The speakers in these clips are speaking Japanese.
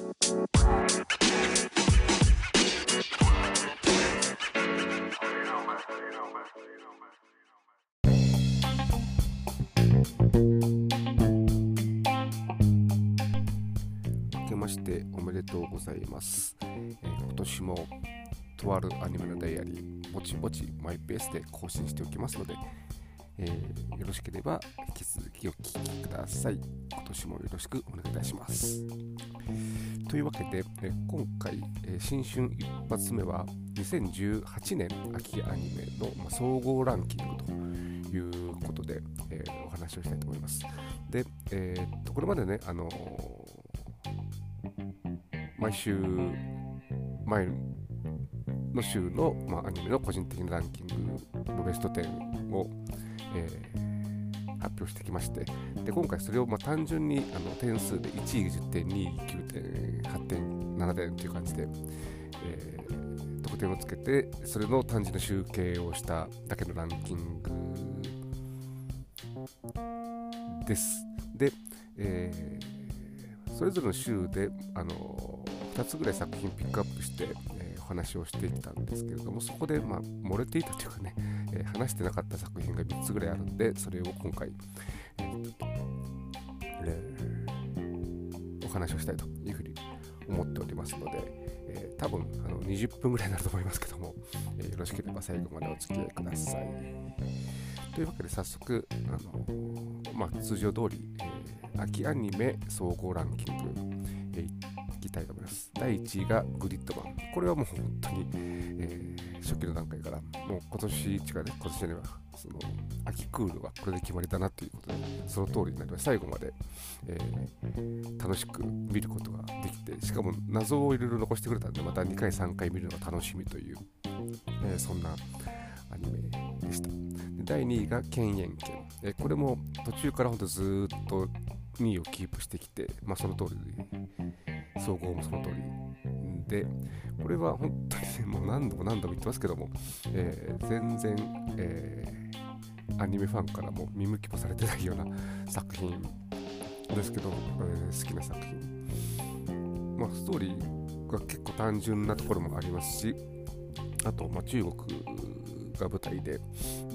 明けましておめでとうございます。今年もとあるアニメのダイアリーぼちぼちマイペースで更新しておきますので、よろしければ引き続きお聞きください。今年もよろしくお願いいたします。というわけで、今回、新春一発目は2018年秋アニメの、総合ランキングということで、お話をしたいと思います。で、これまでね、毎週前の週の、アニメの個人的なランキングのベスト10を、発表してきまして、で今回それを単純に点数で1位10点、2位9点、8点、7点という感じで、得点をつけて、それの単純な集計をしただけのランキングです。で、それぞれの週で2つぐらい作品ピックアップして、お話をしてきたんですけれども、そこで、漏れていたというかね、話してなかった作品が3つぐらいあるんで、それを今回、お話をしたいというふうに思っておりますので、多分20分ぐらいになると思いますけども、よろしければ最後までお付き合いください。というわけで早速通常通り、秋アニメ総合ランキング、いきたいと思います。第1位がグリッドマン。これはもう本当に、初期の段階からもう今年はその秋クールはこれで決まりだなということで、その通りになります。最後まで、楽しく見ることができて、しかも謎をいろいろ残してくれたんで、また2回3回見るのが楽しみという、そんなアニメでした。で第2位がケン・エンケン。これも途中から本当ずっと2位をキープしてきて、その通り総合もその通りで、これは本当に、ね、もう何度も言ってますけども、全然、アニメファンからも見向きもされてないような作品ですけど、好きな作品、ストーリーが結構単純なところもありますし、あと、中国が舞台で、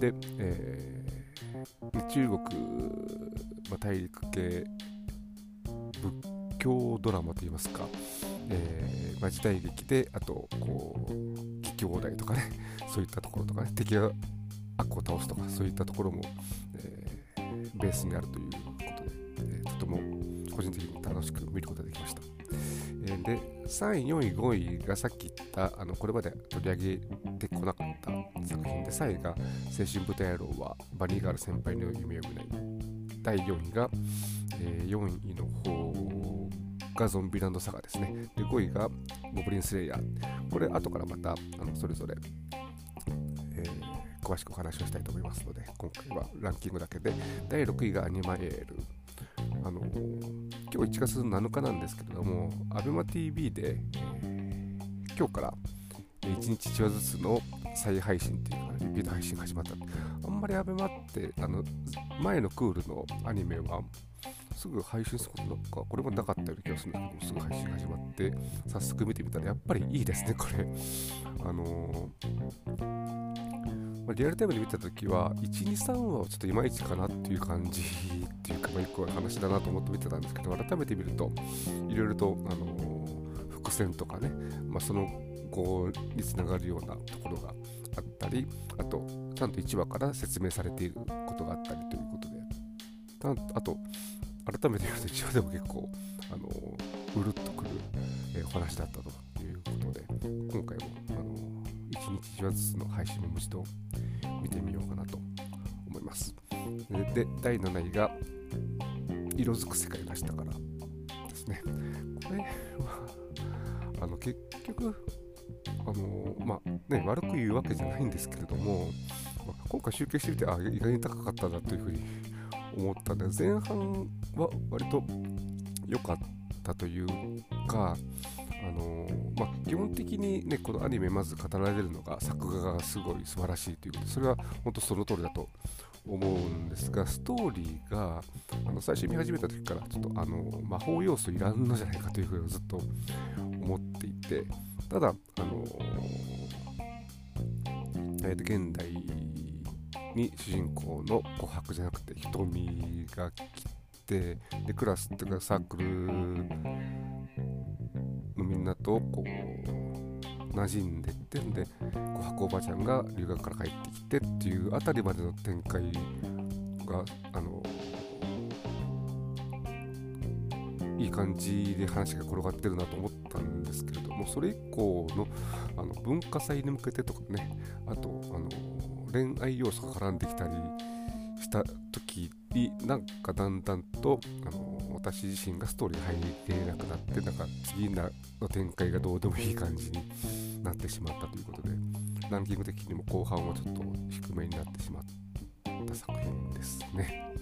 中国、大陸系仏教ドラマといいますか、時代劇で、あと義兄弟とかね、そういったところとかね、敵が悪を倒すとか、そういったところも、ベースにあるということで、とても個人的に楽しく見ることができました。で3位、4位、5位がさっき言ったこれまで取り上げてこなかった作品で、3位が青春豚野郎はバニーガール先輩の夢を見ない。第4位が、4位の方がゾンビランドサガですね。で5位がゴブリンスレイヤー。これ後からまたそれぞれ、詳しくお話をしたいと思いますので、今回はランキングだけで。第6位がアニマエール。今日1月7日なんですけれども、ABEMATV で、今日から1日1話ずつの再配信というか、リピート配信が始まった。あんまり ABEMA って前のクールのアニメはすぐ配信することなんかこれもなかったような気がするんだけど、すぐ配信が始まって早速見てみたらやっぱりいいですね。これリアルタイムで見たときは 1,2,3 話はちょっといまいちかなっていう感じっていうか、よく話だなと思って見てたんですけど、改めて見るといろいろと、伏線とかね、その後につながるようなところがあったり、あとちゃんと1話から説明されていることがあったりということで、あと改めて見ると1話でも結構うるっとくる、お話だったということで、今回も1日1話ずつの配信ももう一度見てみようかなと思います。で第7位が色づく世界がしたからですね。これは結局悪く言うわけじゃないんですけれども、今回集計してみて意外に高かったなというふうに思ったので、前半は割と良かったというか、基本的にね、このアニメまず語られるのが作画がすごい素晴らしいということで、それは本当その通りだと思うんですが、ストーリーが最初見始めた時からちょっと魔法要素いらんのじゃないかというふうにずっと思っていて、ただ現代に主人公の琥珀じゃなくて瞳が来て、でクラスっていうかサークルのみんなとこう馴染んでってんで、琥珀おばちゃんが留学から帰ってきてっていうあたりまでの展開がいい感じで話が転がってるなと思ったんですけれども、それ以降の文化祭に向けてとかね、あと恋愛要素が絡んできたりした時になんかだんだんと私自身がストーリーに入れなくなって、なんか次の展開がどうでもいい感じになってしまったということで、ランキング的にも後半はちょっと低めになってしまった作品ですね。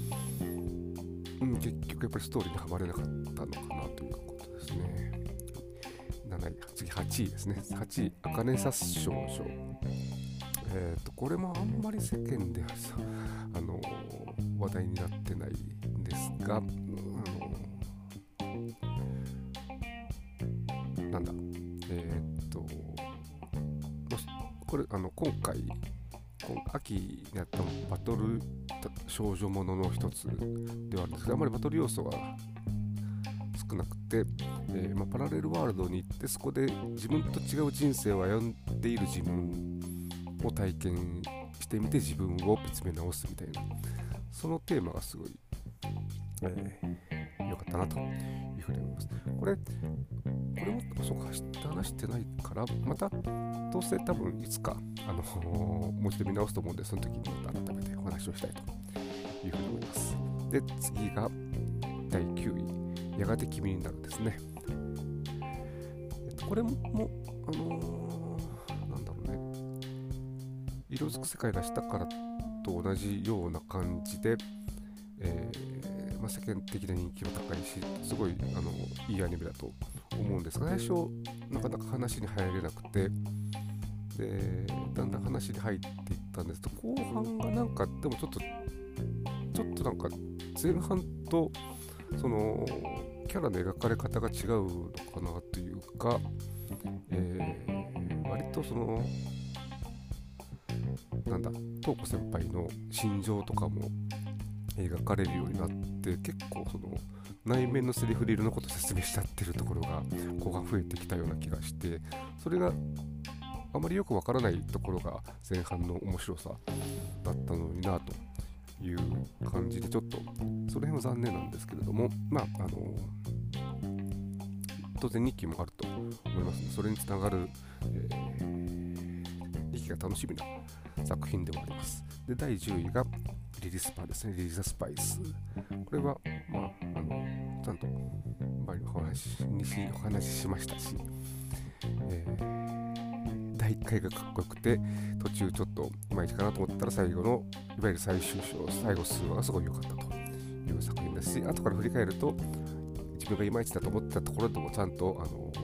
結局やっぱりストーリーにはまれなかったのかなということですね。7位、次8位ですね。8位、茜さす少女。これもあんまり世間で話題になってないんですが、なんだ、これ今回秋にやったバトル少女ものの一つではあるんですけど、あまりバトル要素が少なくて、パラレルワールドに行ってそこで自分と違う人生を歩んでいる自分を体験してみて自分を見つめ直すみたいな、そのテーマがすごい良かったなというふうに思います。これもそうか話してないから、またどうせ多分いつかもう一度見直すと思うんで、その時にまた改めてお話をしたいというふうに思います。で、次が第9位、やがて君になるですね。これもなんだろうね、色づく世界がしたからと同じような感じで、世間的な人気も高いし、すごいいいアニメだと思うんですが、最初なかなか話に入れなくて、でだんだん話に入っていったんですと、後半がなんかでもちょっとなんか前半とそのキャラの描かれ方が違うのかなというか、割とその東子先輩の心情とかも描かれるようになって、結構その内面のセリフでいろんなことを説明しちゃってるところが後半増えてきたような気がして、それがあまりよくわからないところが前半の面白さだったのになという感じで、ちょっとその辺は残念なんですけれども、当然2期もあると思いますので、それにつながる、2期が楽しみな作品でもあります。で、第10位がリリスパですね。リリザスパイス。これはちゃんと前にお話ししましたし、第1回がかっこよくて、途中ちょっといまいちかなと思ったら最後のいわゆる最終章、最後数話がすごい良かったという作品ですし、後から振り返ると自分がいまいちだと思ってたところでもちゃんと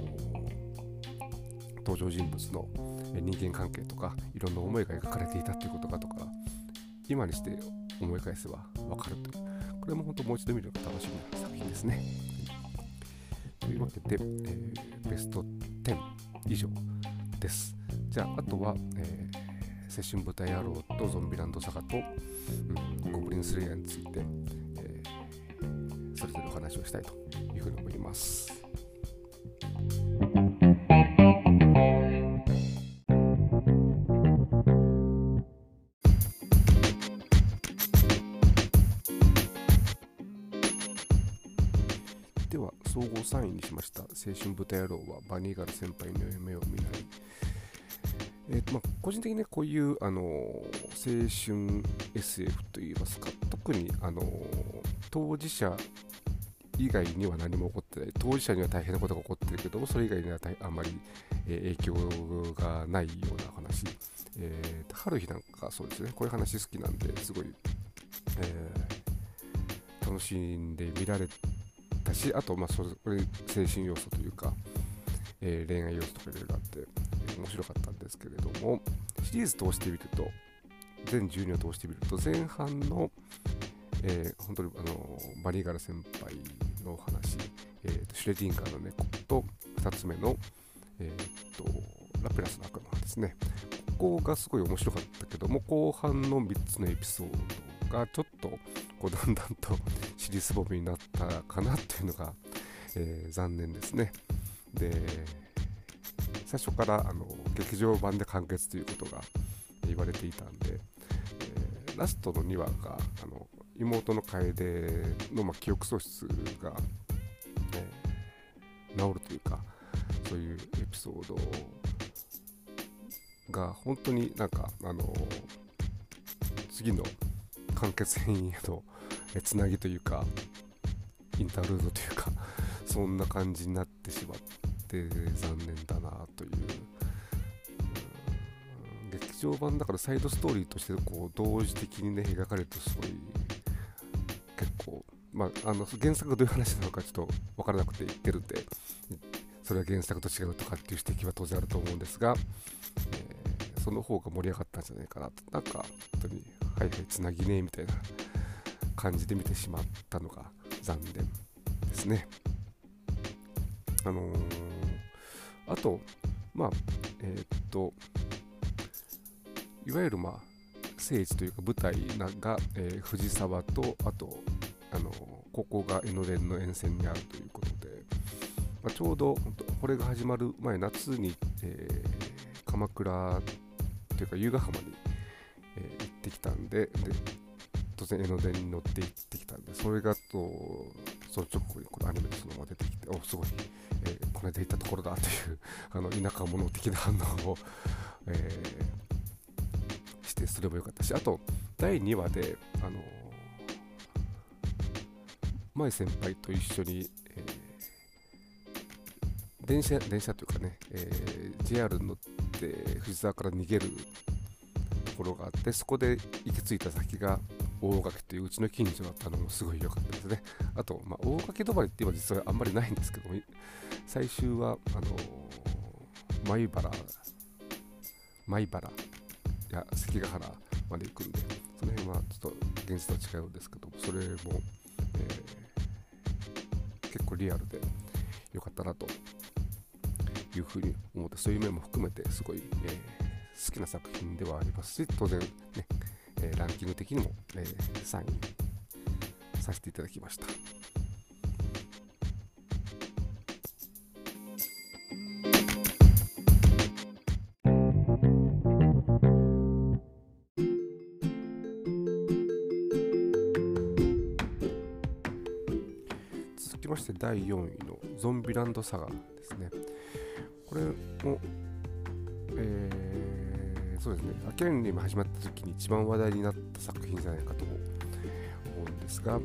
登場人物の人間関係とかいろんな思いが描かれていたということかとか、今にして思い返せば分かるという、これも本当もう一度見るのが楽しみな作品ですね。というわけで、ベスト10以上です。じゃあ、あとは、青春舞台野郎とゾンビランドサガと、ゴブリンスレイヤーについて、それぞれお話をしたいというふうに思います。では総合3位にしました青春舞台野郎はバニーガル先輩の夢を見ない。個人的にこういう青春 SF といいますか、特に当事者以外には何も起こってない、当事者には大変なことが起こってるけども、それ以外にはあんまり影響がないような話、春日なんかそうですね、こういう話好きなんですごい、楽しんで見られたし、あとそれ精神要素というか、恋愛要素とかいろいろあって面白かったんですけれども、シリーズ通してみると全12を通してみると、前半の、本当にバニーガラ先輩のお話、シュレディンガーの猫と2つ目の、ラプラスの悪魔ですね。ここがすごい面白かったけども、後半の3つのエピソードがちょっとだんだんと尻すぼみになったかなというのが、残念ですね。で、最初から劇場版で完結ということが言われていたんで、ラストの2話が妹の楓の、記憶喪失が、治るというか、そういうエピソードが本当になんか次の完結編へのつなぎというか、インタールードというか、そんな感じになってしまって残念だなという、劇場版だからサイドストーリーとしてこう同時的にね描かれるとすごい結構、原作がどういう話なのかちょっと分からなくて言ってるんで、それは原作と違うとかっていう指摘は当然あると思うんですが、その方が盛り上がったんじゃないかなと、なんか本当にはいはいつなぎねみたいな感じで見てしまったのが残念ですね。あといわゆる聖地というか舞台が、藤沢と、あとここが江ノ電の沿線にあるということで、ちょうどこれが始まる前夏に、鎌倉というか由比浜に、行ってきたんで、当然江ノ電に乗って行ってきたんで、それがその直後にこのアニメでそのまま出てきて、すごい、この間行ったところだという田舎者的な反応を、してそれも良かったし、あと第2話で舞先輩と一緒に、電車というかね、JR に乗って藤沢から逃げるところがあって、そこで行き着いた先が大垣といううちの近所だったのもすごい良かったですね。あと、大垣止まりっていうのは実はあんまりないんですけども、最終は米原や関ヶ原まで行くんで、その辺はちょっと現実とは違うんですけども、それも、結構リアルで良かったなというふうに思って、そういう面も含めてすごい、好きな作品ではありますし、当然ね、ランキング的にも、3位にさせていただきました。続きまして第4位のゾンビランドサガですね。これも、そうですね、アキャンリーも始まった時に一番話題になった作品じゃないかと思うんですが、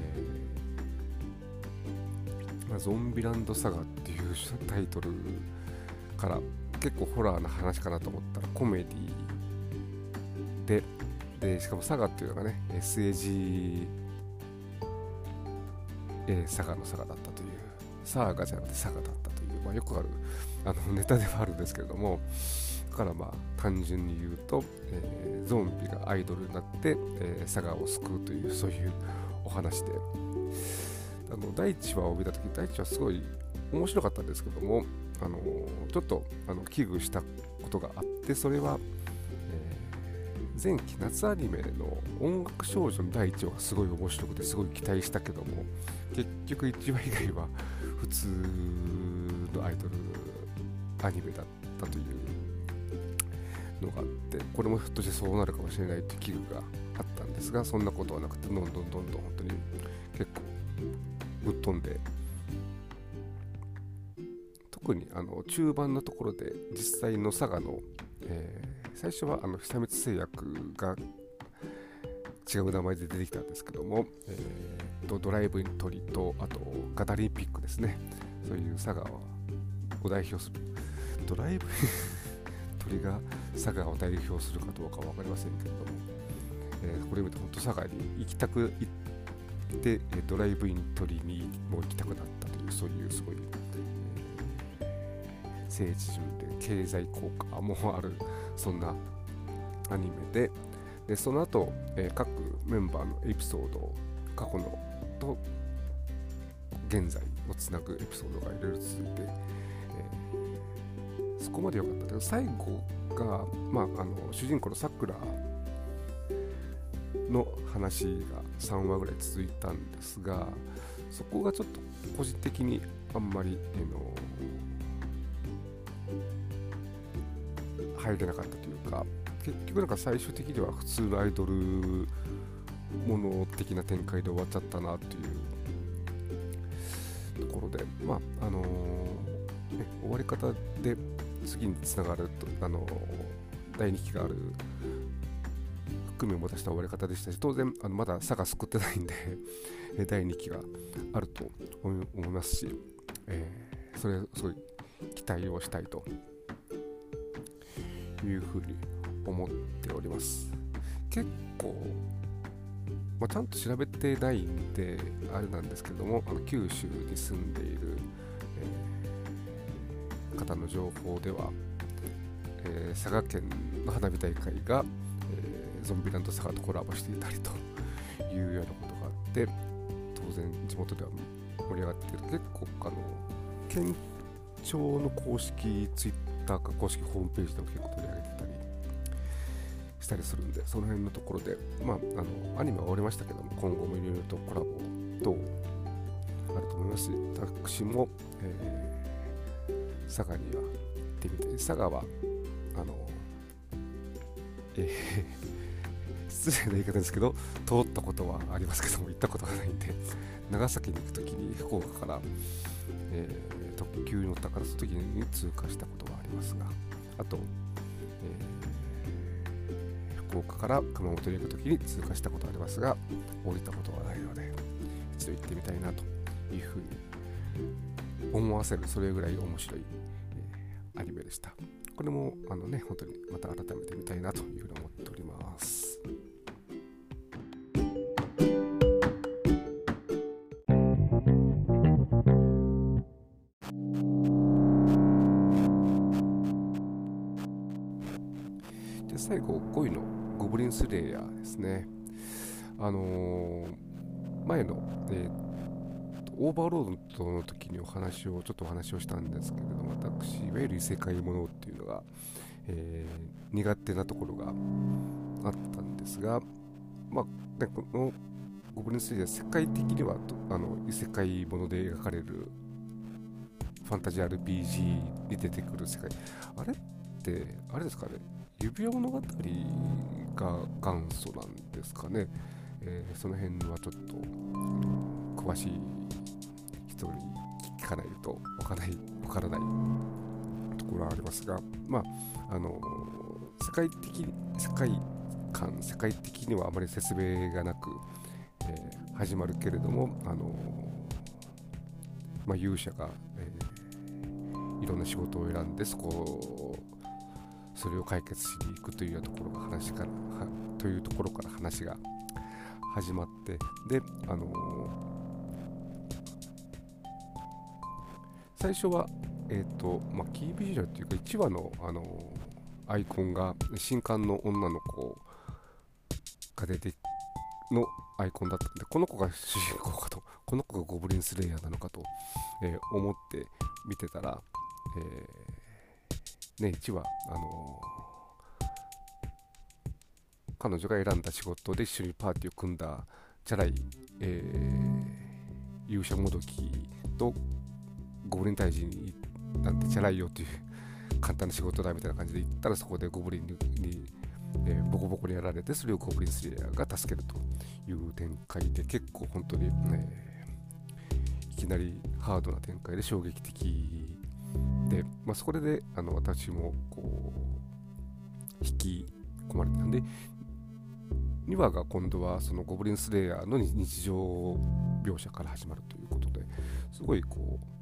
ゾンビランドサガっていうタイトルから結構ホラーな話かなと思ったらコメディで、しかもサガっていうのがね SAG、サガのサガだったという、サーガじゃなくてサガだったという、よくあるネタではあるんですけれども、だから単純に言うと、ゾンビがアイドルになって、サガを救うというそういうお話で、第1話を見たとき、第1話すごい面白かったんですけども、ちょっと危惧したことがあって、それは、前期夏アニメの音楽少女の第1話がすごい面白くてすごい期待したけども、結局1話以外は普通のアイドルアニメだったというのがあって、これもひょっとしてそうなるかもしれないという危惧があったんですが、そんなことはなくて、どんどん本当に結構ぶっ飛んで、特に中盤のところで実際のサガの、最初は久光製薬が違う名前で出てきたんですけども、ドライブイントリと、あとガダリンピックですね、そういうサガを代表するドライブイントリがサガを代表するかどうかは分かりませんけれども、これ見て本当サガに行きたく行って、ドライブイントリにも行きたくなったという、そういうすごい、聖地巡で経済効果もある、そんなアニメで、 でその後、各メンバーのエピソード、過去のと現在をつなぐエピソードがいろいろ続いて、そこまで良かったけど、最後が、主人公のさくらの話が3話ぐらい続いたんですが、そこがちょっと個人的にあんまり、入れなかったというか、結局なんか最終的には普通のアイドルもの的な展開で終わっちゃったなというところで、終わり方で次につながると、第2期がある含みを持たせた終わり方でしたし、当然まだ差が救ってないんで第2期があると思いますし、それすごい期待をしたいというふうに思っております。結構、ちゃんと調べてないんであれなんですけども、九州に住んでいる、方の情報では、佐賀県の花火大会が、ゾンビランド佐賀とコラボしていたりというようなことがあって、当然地元では盛り上がっている。結構県庁の公式ツイッターか公式ホームページでも結構取り上げてたりしたりするんで、その辺のところで、アニメは終わりましたけども、今後もいろいろとコラボ等あると思いますし、私も、佐賀には行ってみて、佐賀は失礼な言い方ですけど、通ったことはありますけども、行ったことがないんで、長崎に行くときに福岡から、特急に乗ったからその時に通過したことはありますが、あと、福岡から熊本に行くときに通過したことはありますが、降りたことはないので、一度行ってみたいなというふうに思わせる、それぐらい面白い、アニメでした。これも本当にまた改めて見たいなというふうに思っております。で、最後5位のゴブリンスレイヤーですね。前の、オーバーロードの時にちょっとお話をしたんですけれども、私いわゆる異世界ものっていうのが、苦手なところがあったんですが、このゴブリンスレイヤー、世界的には異世界もので描かれるファンタジー RPG に出てくる世界、あれですかね、指輪物語が元祖なんですかね。その辺はちょっと詳しい人に聞かないとわからないところはありますが、世界的にはあまり説明がなく、始まるけれども、勇者が、いろんな仕事を選んでそれを解決しに行くというところから話が始まって、で、最初はキービジュアルというか1話のアイコンが新刊の女の子が出てのアイコンだったので、この子が主人公かと、この子がゴブリンスレイヤーなのかと、思って見てたら、1話彼女が選んだ仕事で一緒にパーティーを組んだチャラい、勇者もどきとゴブリン退治になんてチャラいよという簡単な仕事だみたいな感じで行ったら、そこでゴブリンに、ボコボコにやられて、それをゴブリンスレイヤーが助けるという展開で、結構本当に、いきなりハードな展開で衝撃的で、そこで、私もこう引き込まれてたんで、2話が今度はそのゴブリンスレイヤーの日常描写から始まるということで、すごいこう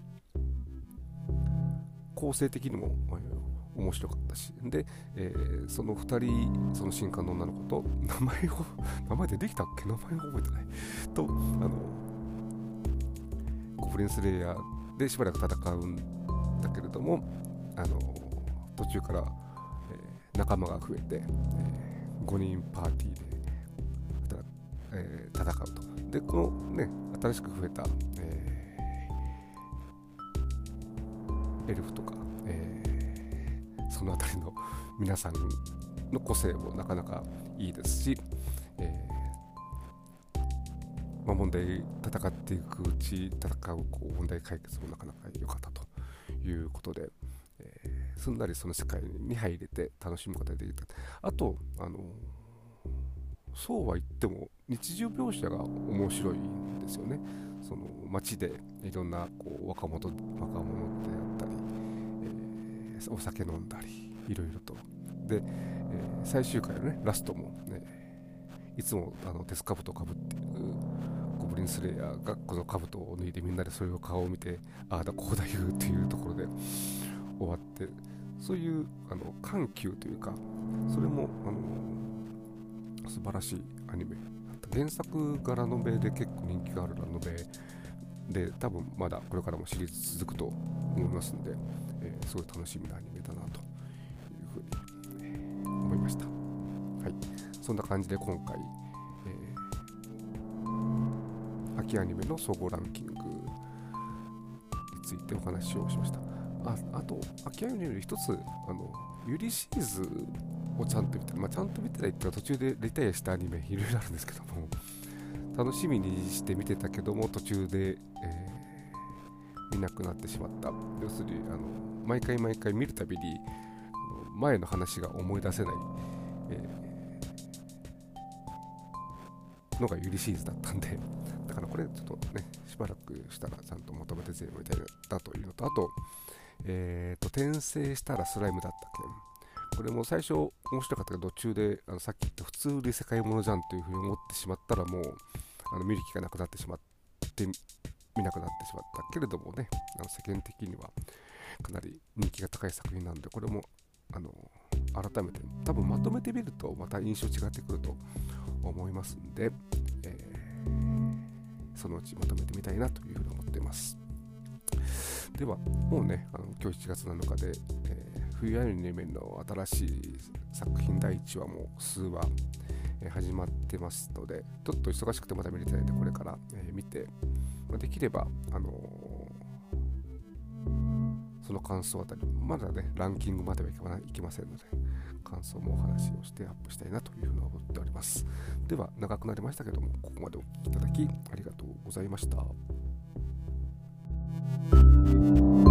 構成的にも面白かったし、で、その2人、その新刊の女の子と名前でできたっけ、名前覚えてないと、ゴブリンスレイヤーでしばらく戦うんだけれども、途中から、仲間が増えて、 5人パーティーで、戦うと。でこのね新しく増えた、エルフとか、そのあたりの皆さんの個性もなかなかいいですし、問題戦っていくうち戦う問題解決もなかなか良かったということで、すんなりその世界に入れて楽しむことができた。あとそうは言っても日常描写が面白いんですよね。その街でいろんな若者であったり、お酒飲んだりいろいろとで、最終回のねラストも、ね、いつもデスカブトをかぶっているゴブリンスレイヤーがこの兜を脱いでみんなでそれを顔を見てああだこうだ言うっていうところで終わって、そういう緩急というかそれも素晴らしいアニメ。原作がラノベで結構人気があるラノベで多分まだこれからもシリーズ続くと思いますので、すごい楽しみなアニメだなというふうに、思いました。はい、そんな感じで今回、秋アニメの総合ランキングについてお話をしました。あと秋アニメより一つユリシーズをちゃんと見て、ちゃんと見てないっていうか途中でリタイアしたアニメいろいろあるんですけども、楽しみにして見てたけども途中で、見なくなってしまった。要するに毎回見るたびに前の話が思い出せない、のがユリシーズだったんで、だからこれちょっとねしばらくしたらちゃんとまとめて全部見たいなというのと、あと転生したらスライムだった件、これも最初面白かったけど途中でさっき言った普通に世界ものじゃんというふうに思ってしまったらもう見る気がなくなってしまって見なくなってしまったけれどもね、世間的にはかなり人気が高い作品なので、これも改めて多分まとめてみるとまた印象違ってくると思いますんで、そのうちまとめてみたいなというふうに思っています。ではもうね今日7月7日で、冬アニメの新しい作品第1話も数話、始まってますので、ちょっと忙しくてまだ見れてないのでこれから、見て、できればその感想あたりまだねランキングまではいきませんので感想もお話をしてアップしたいなというふうに思っております。では長くなりましたけどもここまでお聞きいただきありがとうございました。